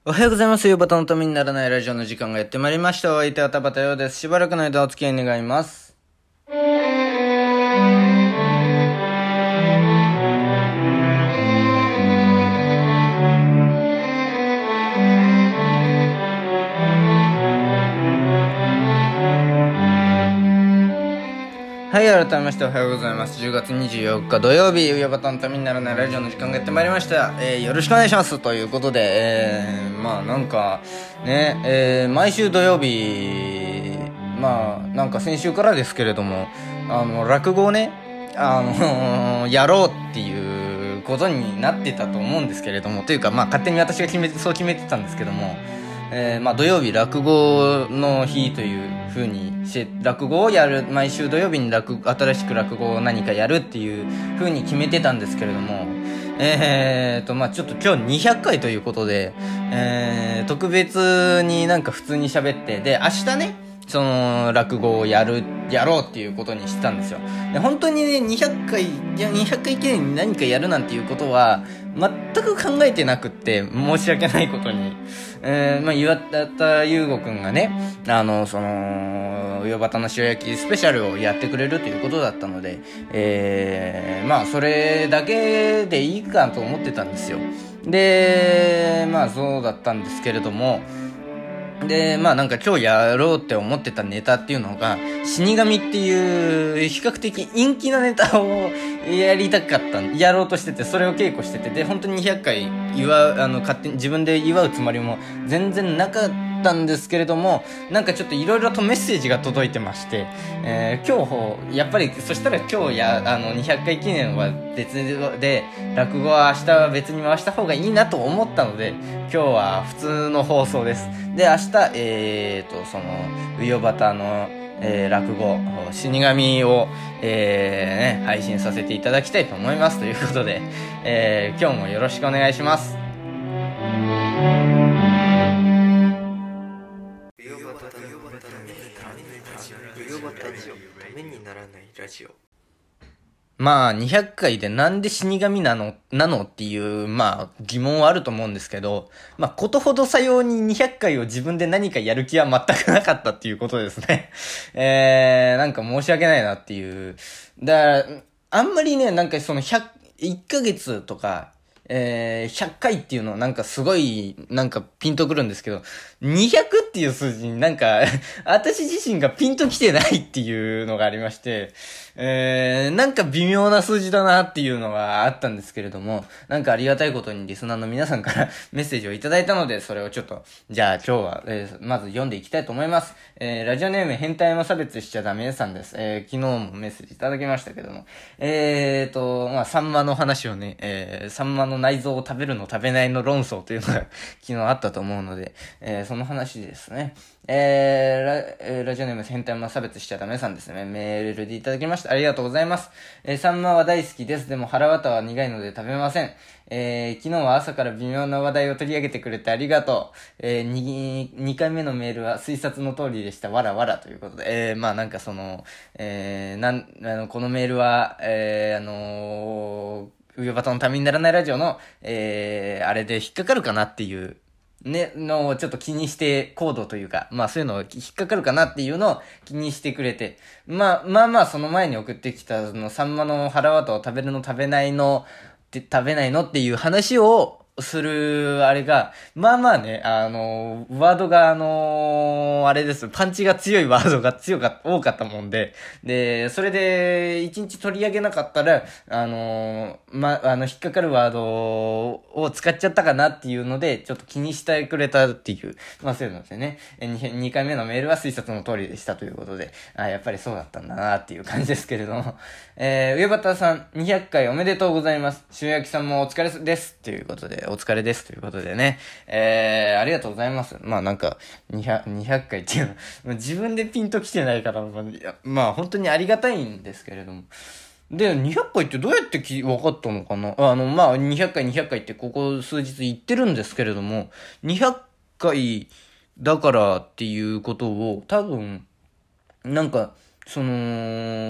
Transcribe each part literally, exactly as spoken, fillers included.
おはようございます。夕方のためにならないラジオの時間がやってまいりました。お相手は田畑陽です。しばらくの間お付き合い願います。はい、改めましておはようございます。じゅうがつにじゅうよっか土曜日、夕方のためにならないラジオの時間がやってまいりました。えー、よろしくお願いします。ということで、えー、まあなんか、ね、えー、毎週土曜日、まあなんか先週からですけれども、あの、落語をね、あのやろうっていうことになってたと思うんですけれども、というかまあ勝手に私が決めて、そう決めてたんですけども、えー、まあ土曜日落語の日という風にして落語をやる、毎週土曜日に落新しく落語を何かやるっていう風に決めてたんですけれども、えーとまあちょっと今日にひゃっかいということで、えー、特別になんか普通に喋って、で明日ねその落語をやるやろうっていうことにしてたんですよ。で本当にねにひゃっかいいやにひゃっかい記念に何かやるなんていうことは全く考えてなくって、申し訳ないことに、えー、まあ岩田優吾くんがねあのその夕方の塩焼きスペシャルをやってくれるということだったので、えー、まあそれだけでいいかと思ってたんですよ。でまあそうだったんですけれども、で、まあなんか今日やろうって思ってたネタっていうのが、死神っていう比較的陰気なネタをやりたかった、やろうとしてて、それを稽古してて、で、本当ににひゃっかい祝う、あの、勝手に自分で祝うつもりも全然なかったんですけれども、なんかちょっといろいろとメッセージが届いてまして、えー、今日、やっぱり、そしたら今日や、あの、にひゃっかい記念は別で、落語は明日は別に回した方がいいなと思ったので、今日は普通の放送です。で、明日、えーと、その、うよばたの、えー、落語、死神を、えー、ね、配信させていただきたいと思います。ということで、えー、今日もよろしくお願いします。 うよばたのためにならないラジオ。 まあ、にひゃっかいでなんで死神なの、なのっていう、まあ、疑問はあると思うんですけど、まあ、ことほどさようににひゃっかいを自分で何かやる気は全くなかったっていうことですね。えー、なんか申し訳ないなっていう。だから、あんまりね、なんかそのひゃく、いっかげつとか、えー、ひゃっかいっていうのなんかすごい、なんかピンとくるんですけど、にひゃくっていう数字になんか、私自身がピンときてないっていうのがありまして、えー、なんか微妙な数字だなっていうのがあったんですけれども、なんかありがたいことにリスナーの皆さんからメッセージをいただいたので、それをちょっと、じゃあ今日は、えー、まず読んでいきたいと思います。えー、ラジオネーム変態の差別しちゃダメさんです。えー、昨日もメッセージいただきましたけども、えーと、まあ、サンマの話をね、えー、サンマの内臓を食べるの食べないの論争というのが昨日あったと思うので、えー、その話ですね。えー、ラ、えー、ラジオネーム変態の差別しちゃダメさんですね。メールでいただきました。ありがとうございます。えー、サンマは大好きです。でも腹渡は苦いので食べません。えー、昨日は朝から微妙な話題を取り上げてくれてありがとう。えー、に、にかいめのメールは推察の通りでした。わらわらということで。えー、まあなんかその、えー、なん、あの、このメールは、えー、あのー、うよばたのためにならないラジオの、えー、あれで引っかかるかなっていう、ね、のをちょっと気にして、コードというか、まあそういうの引っかかるかなっていうのを気にしてくれて、まあまあまあその前に送ってきた、そのサンマの腹渡を食べるの食べないの、って食べないのっていう話を、する、あれが、まあまあね、あの、ワードが、あの、あれです、パンチが強いワードが強かった、多かったもんで、で、それで、一日取り上げなかったら、あの、ま、あの、引っかかるワードを使っちゃったかなっていうので、ちょっと気にしてくれたっていう、まあそういうのですね。に, にかいめのメールは推察の通りでしたということで、あ、やっぱりそうだったんだなっていう感じですけれども、えー、上端さん、にひゃっかいおめでとうございます。塩焼きさんもお疲れですということで、お疲れですということでね。えー、ありがとうございます。まあなんか、にひゃく、にひゃっかいっていうの、自分でピンと来てないから、まあ、いやまあ本当にありがたいんですけれども。で、にひゃっかいってどうやってき、分かったのかなあの、まあ、にひゃっかいにひゃっかいってここ数日言ってるんですけれども、にひゃっかいだからっていうことを、多分、なんか、その、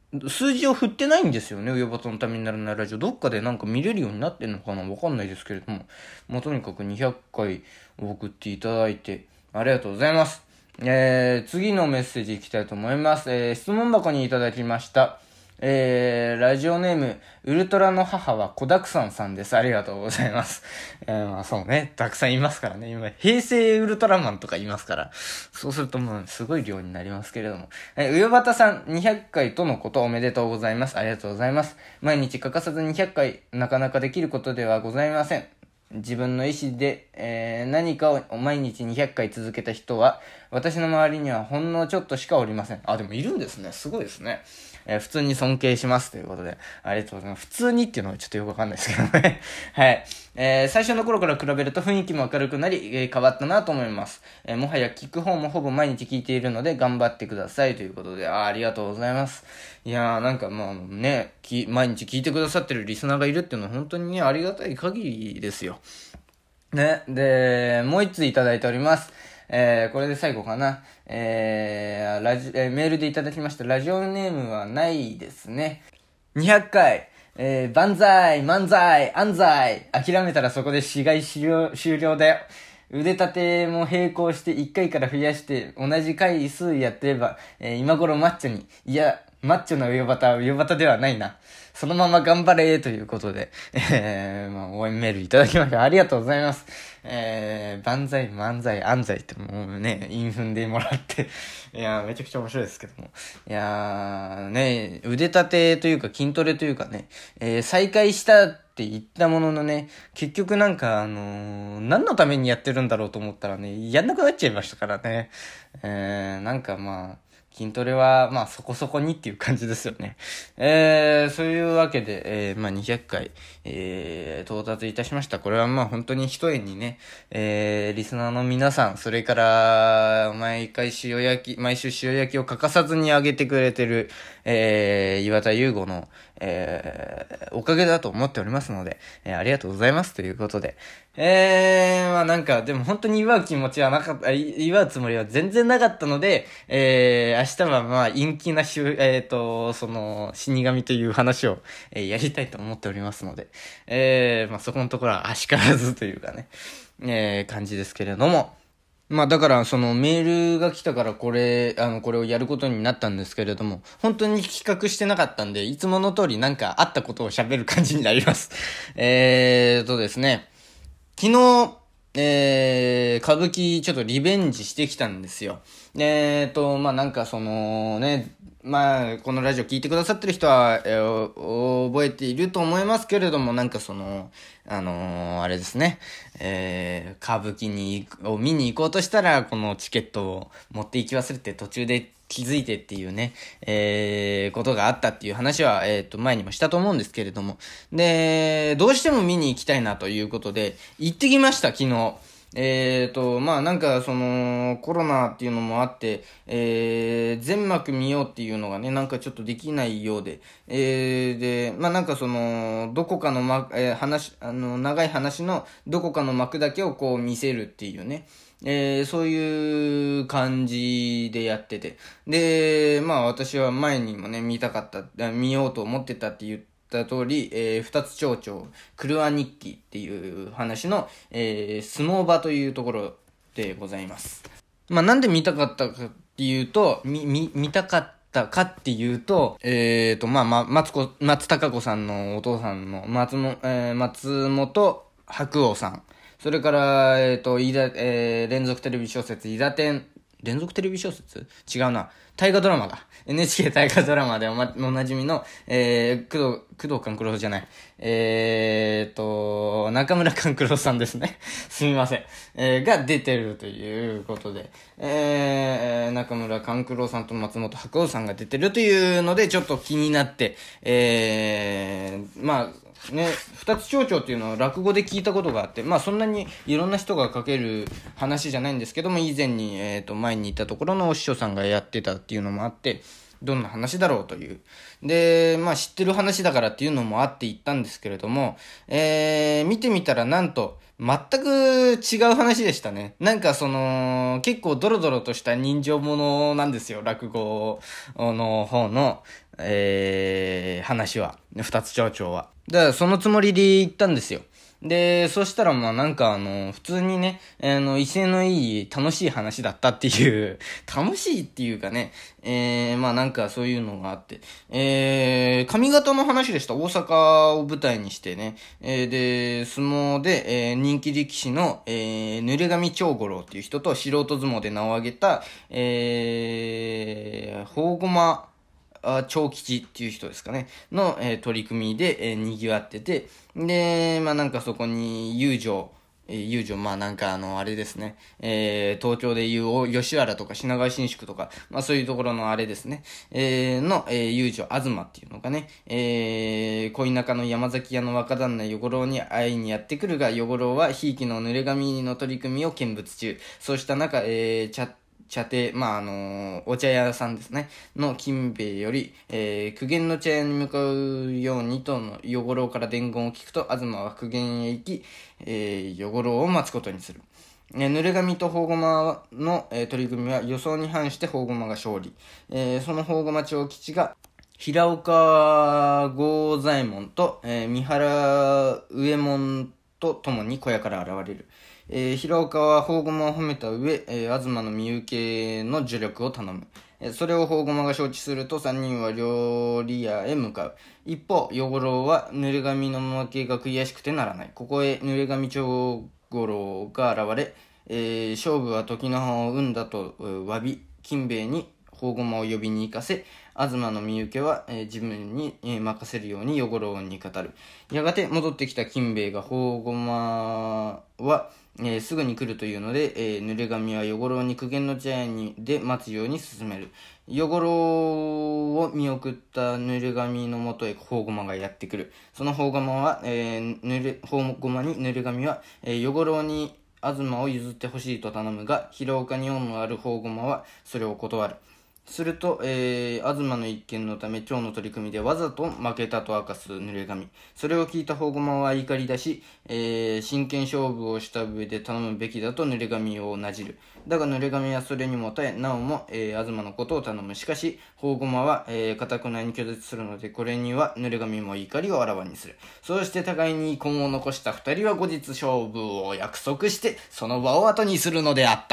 数字を振ってないんですよね、上端のためにならないラジオ。どっかでなんか見れるようになってんのかな、わかんないですけれども。まあ、とにかくにひゃっかい送っていただいて、ありがとうございます。えー、次のメッセージいきたいと思います。えー、質問箱にいただきました。えー、ラジオネーム、ウルトラの母は子だくさんさんです。ありがとうございます。えー、まあそうね、たくさんいますからね。今、平成ウルトラマンとか言いますから。そうするともう、すごい量になりますけれども。えー、上端さん、にひゃっかいとのことおめでとうございます。ありがとうございます。毎日欠かさずにひゃっかい、なかなかできることではございません。自分の意思で、えー、何かを毎日にひゃっかい続けた人は、私の周りにはほんのちょっとしかおりません。あ、でもいるんですね。すごいですね。えー、普通に尊敬しますということで、ありがとうございます。普通にっていうのはちょっとよくわかんないですけどね。はい。えー、最初の頃から比べると雰囲気も明るくなり、えー、変わったなと思います。えー、もはや聞く方もほぼ毎日聞いているので頑張ってくださいということで、あ、ありがとうございます。いやー、なんかまあね、き、毎日聞いてくださってるリスナーがいるっていうのは本当にね、ありがたい限りですよ。ね、で、もう一通いただいております。えー、これで最後かな。えー、ラジ、えー、メールでいただきました。ラジオネームはないですね。にひゃっかい、えー、万歳、漫才、安西。諦めたらそこで死骸終了、終了だよ。腕立ても並行していっかいから増やして同じ回数やってれば、えー、今頃マッチョに、いや、マッチョな上端は上端ではないな。そのまま頑張れということで、えー、まあ、応援メールいただきました。ありがとうございます。えー、万歳、漫才、安西ってもうね、韻踏んでもらっていやー、めちゃくちゃ面白いですけども。いやー、ね、腕立てというか筋トレというかね、えー、再開したって言ったもののね、結局なんかあのー、何のためにやってるんだろうと思ったらね、やんなくなっちゃいましたからね。えー、なんかまあ、筋トレは、まあそこそこにっていう感じですよね。えー、そういうわけで、えー、まあにひゃっかい、えー、到達いたしました。これはまあ本当に一重にね、えー、リスナーの皆さん、それから、毎回塩焼き、毎週塩焼きを欠かさずにあげてくれてる、えー、岩田優吾の、えー、おかげだと思っておりますので、えー、ありがとうございますということで。えー、まあなんか、でも本当に祝う気持ちはなかった、祝うつもりは全然なかったので、えー、明日はまあ陰気なしゅ、えーと、その、死神という話を、えー、やりたいと思っておりますので、えー、まあそこのところはあしからずというかね、えー、感じですけれども、まあだからそのメールが来たからこれ、あの、これをやることになったんですけれども、本当に企画してなかったんで、いつもの通りなんかあったことを喋る感じになります。えーとですね、昨日、えー、歌舞伎ちょっとリベンジしてきたんですよ。えーと、まあなんかそのね、まあこのラジオ聞いてくださってる人は、えー、覚えていると思いますけれども、なんかその、あのー、あれですね、えー、歌舞伎に、を見に行こうとしたら、このチケットを持って行き忘れて途中で気づいてっていうね、えー、ことがあったっていう話は、えっと、前にもしたと思うんですけれども。で、どうしても見に行きたいなということで、行ってきました、昨日。えーと、まあなんかそのコロナっていうのもあって、えー、全幕見ようっていうのがね、なんかちょっとできないようで、えー、で、まあなんかその、どこかのま、えー、話、あの、長い話のどこかの幕だけをこう見せるっていうね、えー、そういう感じでやってて。で、まあ私は前にもね、見たかった、見ようと思ってたって言って、た通り、えー、二つ町長、クルア日記っていう話の、えー、相撲場というところでございます。まあ、なんで見たかったかっていうと、み、み、見たかったかっていうと、えーと、まあ、ま、松子、松たか子さんのお父さんの松も、えー、松本白鸚さん。それから、えーと、いだ、えー、連続テレビ小説、いだ天、連続テレビ小説違うな。大河ドラマが。エヌエイチケー 大河ドラマでおま、おなじみの、えー、工藤、工藤官九郎じゃない。えーと、中村官九郎さんですね。すみません。えー、が出てるということで、えー、中村官九郎さんと松本白鸚さんが出てるというので、ちょっと気になって、えー、まあ、ね、二つ町長っていうのは落語で聞いたことがあって、まあそんなにいろんな人が書ける話じゃないんですけども、以前に、えっと、前にいたところのお師匠さんがやってたっていうのもあって、どんな話だろうという。で、まあ知ってる話だからっていうのもあって言ったんですけれども、えー、見てみたらなんと、 全く違う話でしたね。なんかその、結構ドロドロとした人情ものなんですよ、落語の方の、えー、話は。二つ町長は。だからそのつもりで行ったんですよ。で、そしたらまあなんかあの、普通にね、あの、威勢のいい楽しい話だったっていう、楽しいっていうかね、えー、まあなんかそういうのがあって、えー、上方の話でした。大阪を舞台にしてね、えー、で、相撲で、えー、人気力士の、えー、濡れ髪長五郎っていう人と素人相撲で名を挙げた、えー、宝駒、あ長吉っていう人ですかね、の、えー取り組みで、えー、賑わってて、で、まあなんかそこに、友情、えー、友情、まあなんかあの、あれですね、えー、東京でいうお吉原とか品川新宿とか、まあそういうところのあれですね、えー、の、えー、友情、東っていうのがね、えー、恋仲の山崎屋の若旦那与五郎に会いにやってくるが、与五郎はひいきの濡れ髪の取り組みを見物中。そうした中、えー、茶茶亭、まあ、あのーお茶屋さんですね、の金兵衛より、えー、苦言の茶屋に向かうようにとの、与五郎から伝言を聞くと、東は苦言へ行き、えー、与五郎を待つことにする。えー、濡れ髪と宝駒の、えー取り組みは予想に反して宝駒が勝利。えー、その宝駒長吉が、平岡郷左衛門と、えー、三原上門と共に小屋から現れる。えー、平岡は宝駒を褒めた上、えー、東の身請けの助力を頼む。えー、それを宝駒が承知すると三人は料理屋へ向かう。一方、与五郎は濡れ髪の負けが悔しくてならない。ここへ濡れ髪長五郎が現れ、えー、勝負は時の葉を生んだと詫び、金兵衛に宝駒を呼びに行かせ、東の身請けは、えー、自分に、えー、任せるように与五郎に語る。やがて戻ってきた金兵衛が宝駒は、えー、すぐに来るというので、えー、濡れ髪は与五郎に苦言の茶屋にで待つように進める。与五郎を見送った濡れ髪のもとへ宝駒がやってくる。その宝駒は、えー、濡れ、宝駒に濡れ髪は、えー、与五郎に東を譲ってほしいと頼むが、広岡に恩のある宝駒はそれを断る。すると、えー、東の一件のため、蝶の取り組みでわざと負けたと明かす濡れ髪。それを聞いた宝駒は怒り出し、えー、真剣勝負をした上で頼むべきだと濡れ髪をなじる。だが濡れ髪はそれにも耐え、なおも、えー、東のことを頼む。しかし、宝駒は、えー、堅くなに拒絶するので、これには濡れ髪も怒りをあらわにする。そうして互いに遺恨を残した二人は後日勝負を約束して、その場を後にするのであった。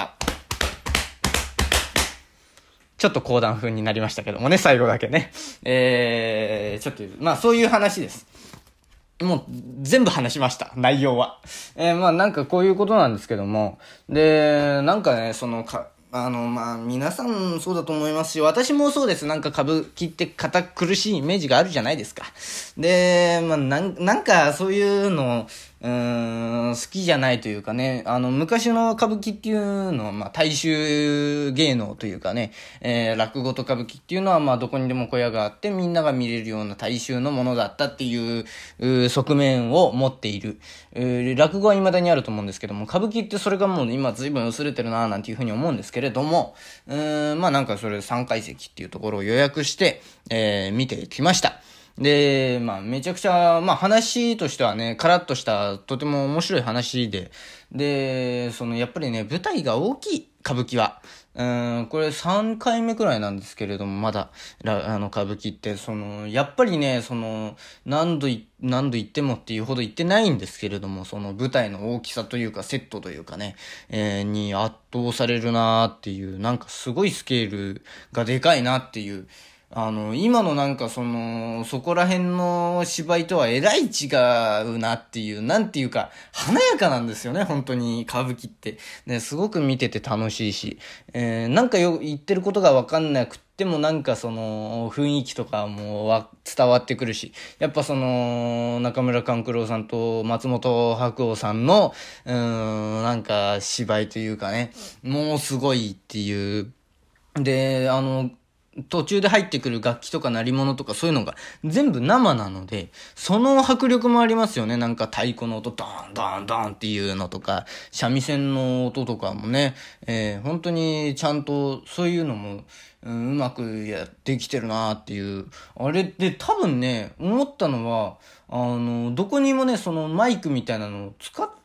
ちょっと講談風になりましたけどもね、最後だけね。えー、ちょっと、まあそういう話です。もう全部話しました、内容は。えー、まあなんかこういうことなんですけども。で、なんかね、そのか、あの、まあ皆さんそうだと思いますし、私もそうです。なんか歌舞伎って堅苦しいイメージがあるじゃないですか。で、まあなん、なんかそういうの、うーん、好きじゃないというかね、あの、昔の歌舞伎っていうのは、まあ、大衆芸能というかね、えー、落語と歌舞伎っていうのは、まあ、どこにでも小屋があって、みんなが見れるような大衆のものだったっていう、う側面を持っている。えー、落語は未だにあると思うんですけども、歌舞伎ってそれがもう今随分薄れてるなぁなんていうふうに思うんですけれども、うーん、まあ、なんかそれさんかい席っていうところを予約して、えー、見てきました。で、まあ、めちゃくちゃ、まあ、話としてはね、カラッとした、とても面白い話で、で、その、やっぱりね、舞台が大きい、歌舞伎は。うん、これさんかいめくらいなんですけれども、まだ、らあの、歌舞伎って、その、やっぱりね、その、何度い、何度言ってもっていうほど言ってないんですけれども、その舞台の大きさというか、セットというかね、えー、に圧倒されるなーっていう、なんかすごいスケールがでかいなっていう、あの、今のなんかその、そこら辺の芝居とはえらい違うなっていう、なんていうか、華やかなんですよね、本当に歌舞伎って。ね、すごく見てて楽しいし、えー、なんかよ、言ってることがわかんなくってもなんかその、雰囲気とかもわ、伝わってくるし、やっぱその、中村勘九郎さんと松本白鸚さんの、うーん、なんか芝居というかね、もうすごいっていう、で、あの、途中で入ってくる楽器とか鳴り物とかそういうのが全部生なので、その迫力もありますよね。なんか太鼓の音、ドーンドーンドーンっていうのとか、三味線の音とかもね、えー、本当にちゃんとそういうのも、うん、うまくやってきてるなーっていう。あれって多分ね、思ったのは、あの、どこにもね、そのマイクみたいなのを使っ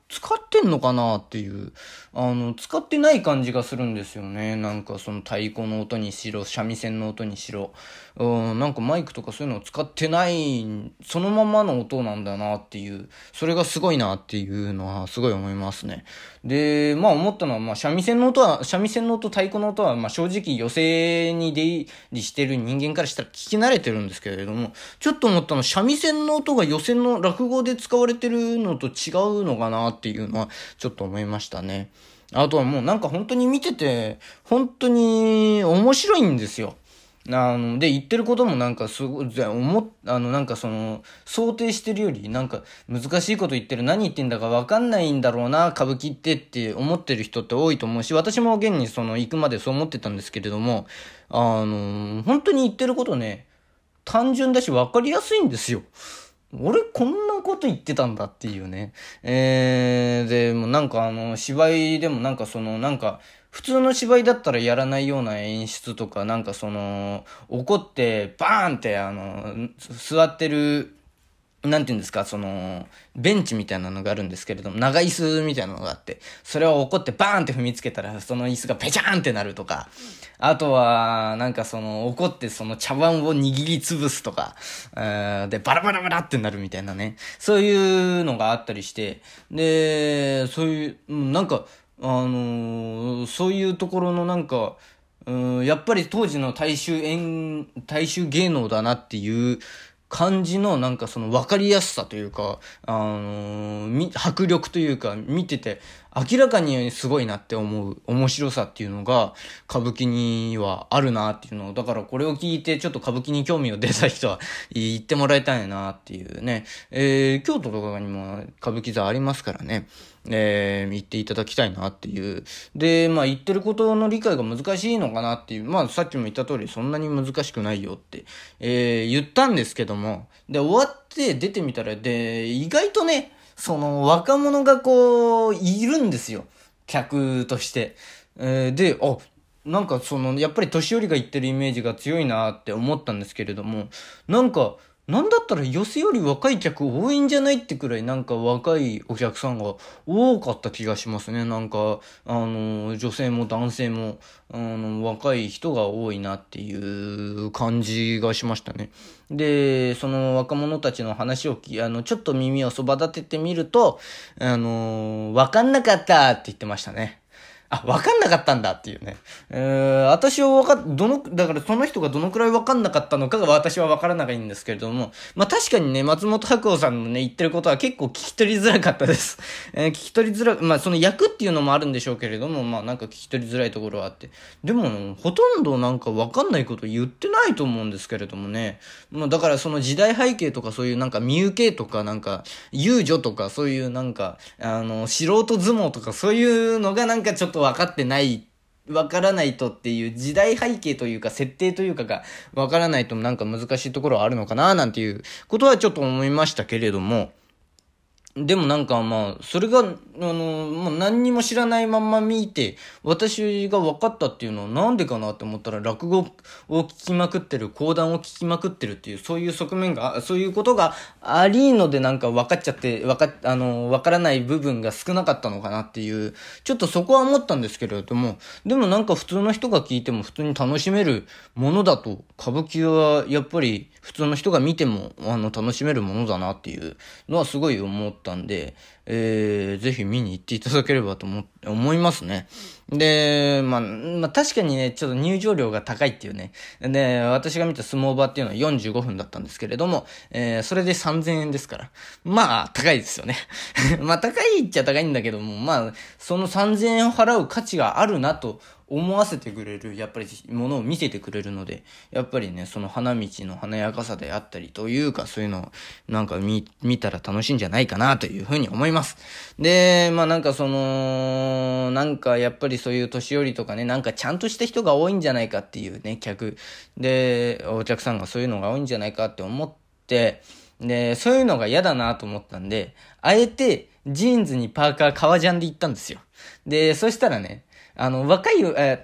使ってんのかなっていう、あの、使ってない感じがするんですよね。なんかその太鼓の音にしろ、三味線の音にしろ、うん、なんかマイクとかそういうのを使ってない、そのままの音なんだなっていう、それがすごいなっていうのはすごい思いますね。で、まあ思ったのは、まあ三味線の音は、三味線の音、太鼓の音は、まあ正直寄席に出入りしてる人間からしたら聞き慣れてるんですけれども、ちょっと思ったのは三味線の音が寄席の落語で使われてるのと違うのかなっていうのはちょっと思いましたね。あとはもうなんか本当に見てて、本当に面白いんですよ。あの、で、言ってることもなんかすごい、思っ、あの、なんかその、想定してるより、なんか難しいこと言ってる、何言ってんだかわかんないんだろうな、歌舞伎ってって思ってる人って多いと思うし、私も現にその、行くまでそう思ってたんですけれども、あの、本当に言ってることね、単純だしわかりやすいんですよ。俺こんなこと言ってたんだっていうね。えー、で、もうなんかあの、芝居でもなんかその、なんか、普通の芝居だったらやらないような演出とか、なんかその、怒ってバーンってあの、座ってる、なんていうんですか、その、ベンチみたいなのがあるんですけれども、長椅子みたいなのがあって、それを怒ってバーンって踏みつけたら、その椅子がペチャーンってなるとか、あとは、なんかその、怒ってその茶碗を握りつぶすとか、えーで、バラバラバラってなるみたいなね、そういうのがあったりして、で、そういう、うんなんか、あのーそういうところのなんか、うん、やっぱり当時の大衆演、大衆芸能だなっていう感じのなんかその分かりやすさというか、あのーみ、迫力というか、見てて明らかにすごいなって思う面白さっていうのが歌舞伎にはあるなっていうのを、だからこれを聞いてちょっと歌舞伎に興味を出た人は言ってもらいたいなっていうね、えー、京都とかにも歌舞伎座ありますからね。えー、言っていただきたいなっていう。で、まあ言ってることの理解が難しいのかなっていう。まあさっきも言った通りそんなに難しくないよって、えー、言ったんですけども。で、終わって出てみたら、で、意外とね、その若者がこう、いるんですよ。客として。えー、で、あ、なんかその、やっぱり年寄りが言ってるイメージが強いなって思ったんですけれども、なんか、なんだったら寄せより若い客多いんじゃないってくらいなんか若いお客さんが多かった気がしますね。なんか、あの、女性も男性も、あの、若い人が多いなっていう感じがしましたね。で、その若者たちの話をき、あの、ちょっと耳をそば立ててみると、あの、わかんなかったって言ってましたね。あ、わかんなかったんだっていうね。えー、私はわかっ、どの、だからその人がどのくらいわかんなかったのかが私はわからないんですけれども、まあ確かにね、松本白鸚さんのね、言ってることは結構聞き取りづらかったです。えー、聞き取りづら、まあその役っていうのもあるんでしょうけれども、まあなんか聞き取りづらいところはあって。でも、ほとんどなんかわかんないこと言ってないと思うんですけれどもね。まあだからその時代背景とかそういうなんか身受けとかなんか、遊女とかそういうなんか、あの、素人相撲とかそういうのがなんかちょっと分かってない、分からないとっていう時代背景というか設定というかが分からないとなんか難しいところはあるのかななんていうことはちょっと思いましたけれども、でもなんかまあ、それが、あの、もう何にも知らないまま見て、私が分かったっていうのはなんでかなって思ったら、落語を聞きまくってる、講談を聞きまくってるっていう、そういう側面が、そういうことがありのでなんか分かっちゃって、分かっ、あの、分からない部分が少なかったのかなっていう、ちょっとそこは思ったんですけれども、でもなんか普通の人が聞いても普通に楽しめるものだと、歌舞伎はやっぱり普通の人が見ても、あの、楽しめるものだなっていうのはすごい思ったんで、えー、ぜひ見に行っていただければと思、思いますね。で、まあ、まあ、確かにね、ちょっと入場料が高いっていうね。で、私が見た相撲場っていうのはよんじゅうごふんだったんですけれども、えー、それでさんぜんえんですから。まあ、高いですよね。まあ、高いっちゃ高いんだけども、まあ、そのさんぜんえんを払う価値があるなと思わせてくれる、やっぱりものを見せてくれるので、やっぱりね、その花道の華やかさであったりというか、そういうのをなんか見、見たら楽しいんじゃないかなというふうに思います。で、まあなんかその、なんかやっぱりそういう年寄りとかね、なんかちゃんとした人が多いんじゃないかっていうね、客で、お客さんがそういうのが多いんじゃないかって思って、で、そういうのが嫌だなと思ったんで、あえてジーンズにパーカー革ジャンで行ったんですよ。で、そしたらね、あの、若い、えー、と、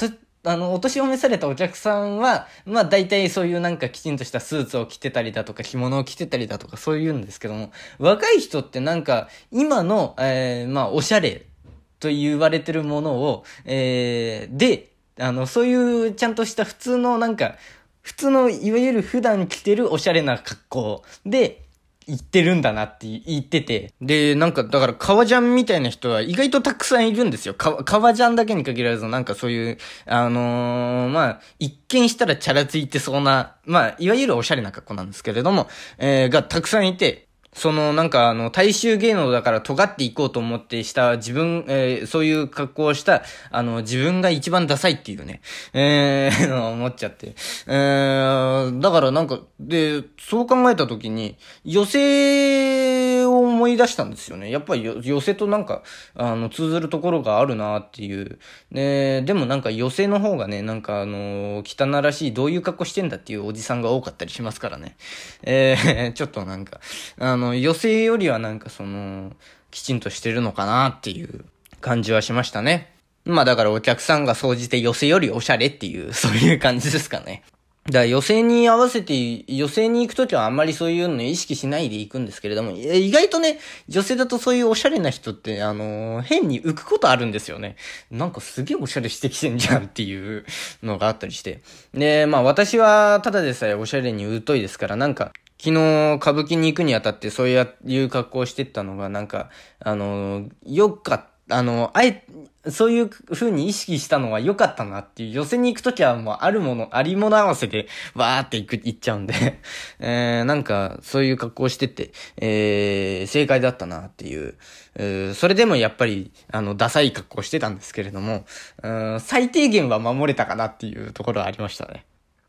あの、お年を召されたお客さんは、まあ大体そういうなんかきちんとしたスーツを着てたりだとか着物を着てたりだとかそういうんですけども、若い人ってなんか今の、えー、まあおしゃれと言われてるものを、えー、で、あの、そういうちゃんとした普通のなんか、普通のいわゆる普段着てるおしゃれな格好で、言ってるんだなって言ってて。で、なんか、だから、革ジャンみたいな人は意外とたくさんいるんですよ。か革ジャンだけに限らず、なんかそういう、あのー、まあ、一見したらチャラついてそうな、まあ、いわゆるおしゃれな格好なんですけれども、えー、がたくさんいて、その、なんか、あの、大衆芸能だから尖っていこうと思ってした自分、えー、そういう格好をした、あの、自分が一番ダサいっていうね、えー、の思っちゃって。えー、だからなんか、で、そう考えたときに、寄席を思い出したんですよね。やっぱり寄席となんか、あの、通ずるところがあるなっていう。で、でもなんか寄席の方がね、なんかあの、汚らしい、どういう格好してんだっていうおじさんが多かったりしますからね。えー、ちょっとなんか、あの、寄席よりはなんかその、きちんとしてるのかなっていう感じはしましたね。まあだからお客さんが総じて寄席よりおしゃれっていう、そういう感じですかね。だから予選に合わせて、予選に行くときはあんまりそういうの意識しないで行くんですけれども、意外とね、女性だとそういうおしゃれな人って、あのー、変に浮くことあるんですよね。なんかすげえおしゃれしてきてんじゃんっていうのがあったりして。で、まあ私はただでさえおしゃれに疎いですから、なんか、昨日歌舞伎に行くにあたってそういう格好をしてったのが、なんか、あのー、よかった。あの、あえ、そういう風に意識したのは良かったなっていう、寄せに行くときはもうあるもの、ありもの合わせで、わーって行く、行っちゃうんで、えー、なんか、そういう格好してて、えー、正解だったなっていう、えー、それでもやっぱり、あの、ダサい格好してたんですけれども、うん、最低限は守れたかなっていうところはありましたね。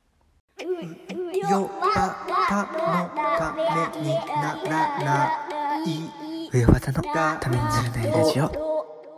よばたのためにならない上綿のためにならないラジオ。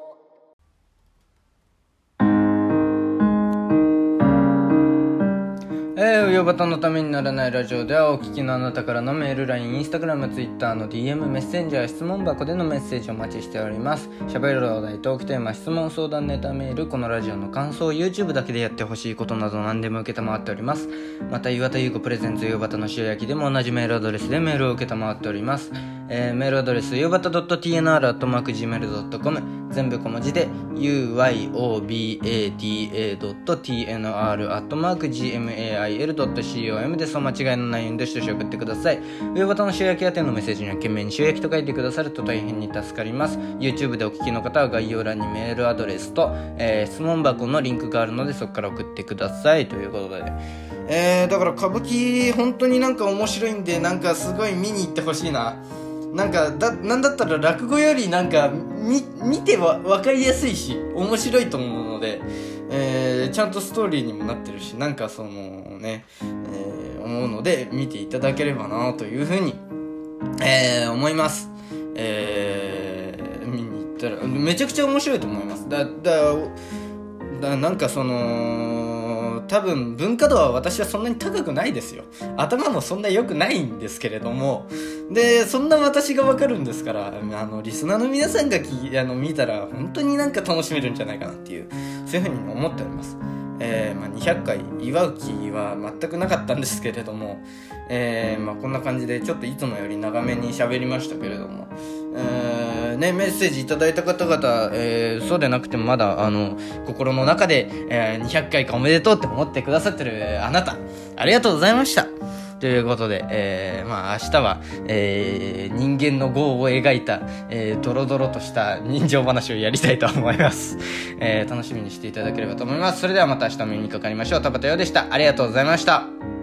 えー、うよばたのためにならないラジオではお聞きのあなたからのメール、ライン、インスタグラム、ツイッターの ディーエム、メッセンジャー、質問箱でのメッセージをお待ちしております。喋るお題、トークテーマ、質問、相談、ネタメール、このラジオの感想、YouTube だけでやってほしいことなど何でも受けたまわっております。また、岩田優子プレゼンツうよばたの塩焼きでも同じメールアドレスでメールを受けたまわっております。えー、メールアドレス、うよばた .tnr アットマーク ジーメール ドットコム 全部小文字で ユーワイオービーエーティーエー ドット ティーエヌアール アットマーク ジーエムエーアイエル ドット コム です。お間違いのないようにどしどし送ってください。うよばたの塩焼き宛てのメッセージには懸命に塩焼きと書いてくださると大変に助かります。 YouTube でお聞きの方は概要欄にメールアドレスと、えー、質問箱のリンクがあるのでそこから送ってくださいということで、えー、だから歌舞伎本当になんか面白いんで、なんかすごい見に行ってほしいな。なんかだ、なんだったら落語よりなんかみ見ては分かりやすいし面白いと思うので、えー、ちゃんとストーリーにもなってるし、なんかそのね、えー、思うので見ていただければなというふうに、えー、思います。えー、見に行ったらめちゃくちゃ面白いと思います。だだだなんかその多分文化度は私はそんなに高くないですよ。頭もそんな良くないんですけれども、でそんな私が分かるんですから、あのリスナーの皆さんがきあの見たら本当になんか楽しめるんじゃないかなっていう、そういうふうに思っております。えーまあ、にひゃっかい祝う気は全くなかったんですけれども、えーまあ、こんな感じでちょっといつもより長めに喋りましたけれども、えーね、メッセージいただいた方々、えー、そうでなくてもまだあの心の中で、えー、にひゃっかいかおめでとうって思ってくださってるあなた、ありがとうございましたということで、えー、まあ明日は、えー、人間の業を描いた、えー、ドロドロとした人情話をやりたいと思います、えー、楽しみにしていただければと思います。それではまた明日お目にかかりましょう。田畑陽でした。ありがとうございました。